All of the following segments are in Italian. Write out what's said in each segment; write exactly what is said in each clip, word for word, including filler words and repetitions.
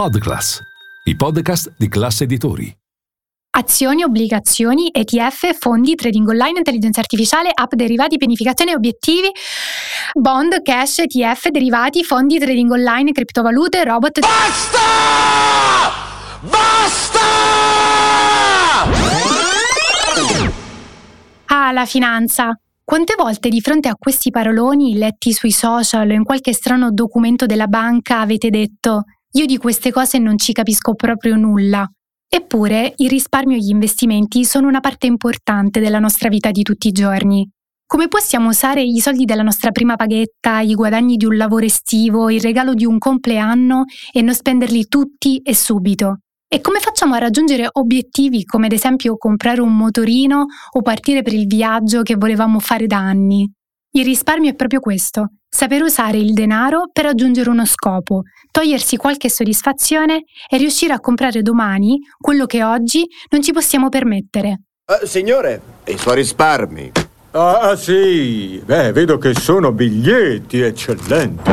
Podclass, i podcast di Class Editori. Azioni, obbligazioni, E T F, fondi, trading online, intelligenza artificiale, app, derivati, pianificazione, obiettivi, bond, cash, E T F, derivati, fondi, trading online, criptovalute, robot. Basta! Basta! Ah, la finanza. Quante volte di fronte a questi paroloni letti sui social o in qualche strano documento della banca avete detto «Io di queste cose non ci capisco proprio nulla». Eppure il risparmio e gli investimenti sono una parte importante della nostra vita di tutti i giorni. Come possiamo usare i soldi della nostra prima paghetta, i guadagni di un lavoro estivo, il regalo di un compleanno e non spenderli tutti e subito? E come facciamo a raggiungere obiettivi come ad esempio comprare un motorino o partire per il viaggio che volevamo fare da anni? Il risparmio è proprio questo, saper usare il denaro per raggiungere uno scopo, togliersi qualche soddisfazione e riuscire a comprare domani quello che oggi non ci possiamo permettere. Uh, signore, i suoi risparmi. Ah, sì, beh, vedo che sono biglietti eccellenti.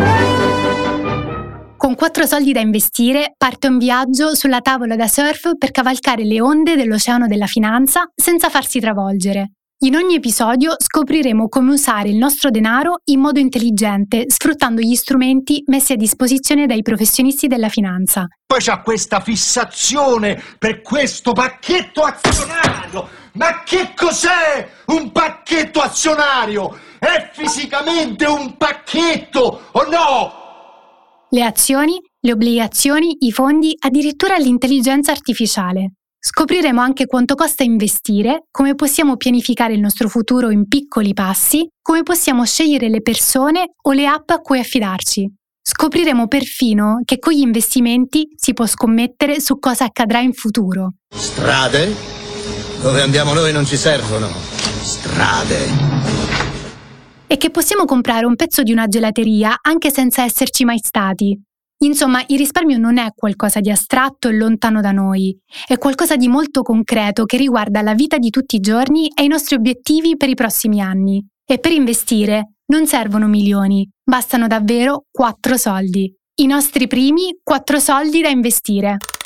Con quattro soldi da investire, parte un viaggio sulla tavola da surf per cavalcare le onde dell'oceano della finanza senza farsi travolgere. In ogni episodio scopriremo come usare il nostro denaro in modo intelligente, sfruttando gli strumenti messi a disposizione dai professionisti della finanza. Poi c'ha questa fissazione per questo pacchetto azionario. Ma che cos'è un pacchetto azionario? È fisicamente un pacchetto o no? Le azioni, le obbligazioni, i fondi, addirittura l'intelligenza artificiale. Scopriremo anche quanto costa investire, come possiamo pianificare il nostro futuro in piccoli passi, come possiamo scegliere le persone o le app a cui affidarci. Scopriremo perfino che con gli investimenti si può scommettere su cosa accadrà in futuro. Strade? Dove andiamo noi non ci servono. Strade. E che possiamo comprare un pezzo di una gelateria anche senza esserci mai stati. Insomma, il risparmio non è qualcosa di astratto e lontano da noi, è qualcosa di molto concreto che riguarda la vita di tutti i giorni e i nostri obiettivi per i prossimi anni. E per investire non servono milioni, bastano davvero quattro soldi. I nostri primi quattro soldi da investire.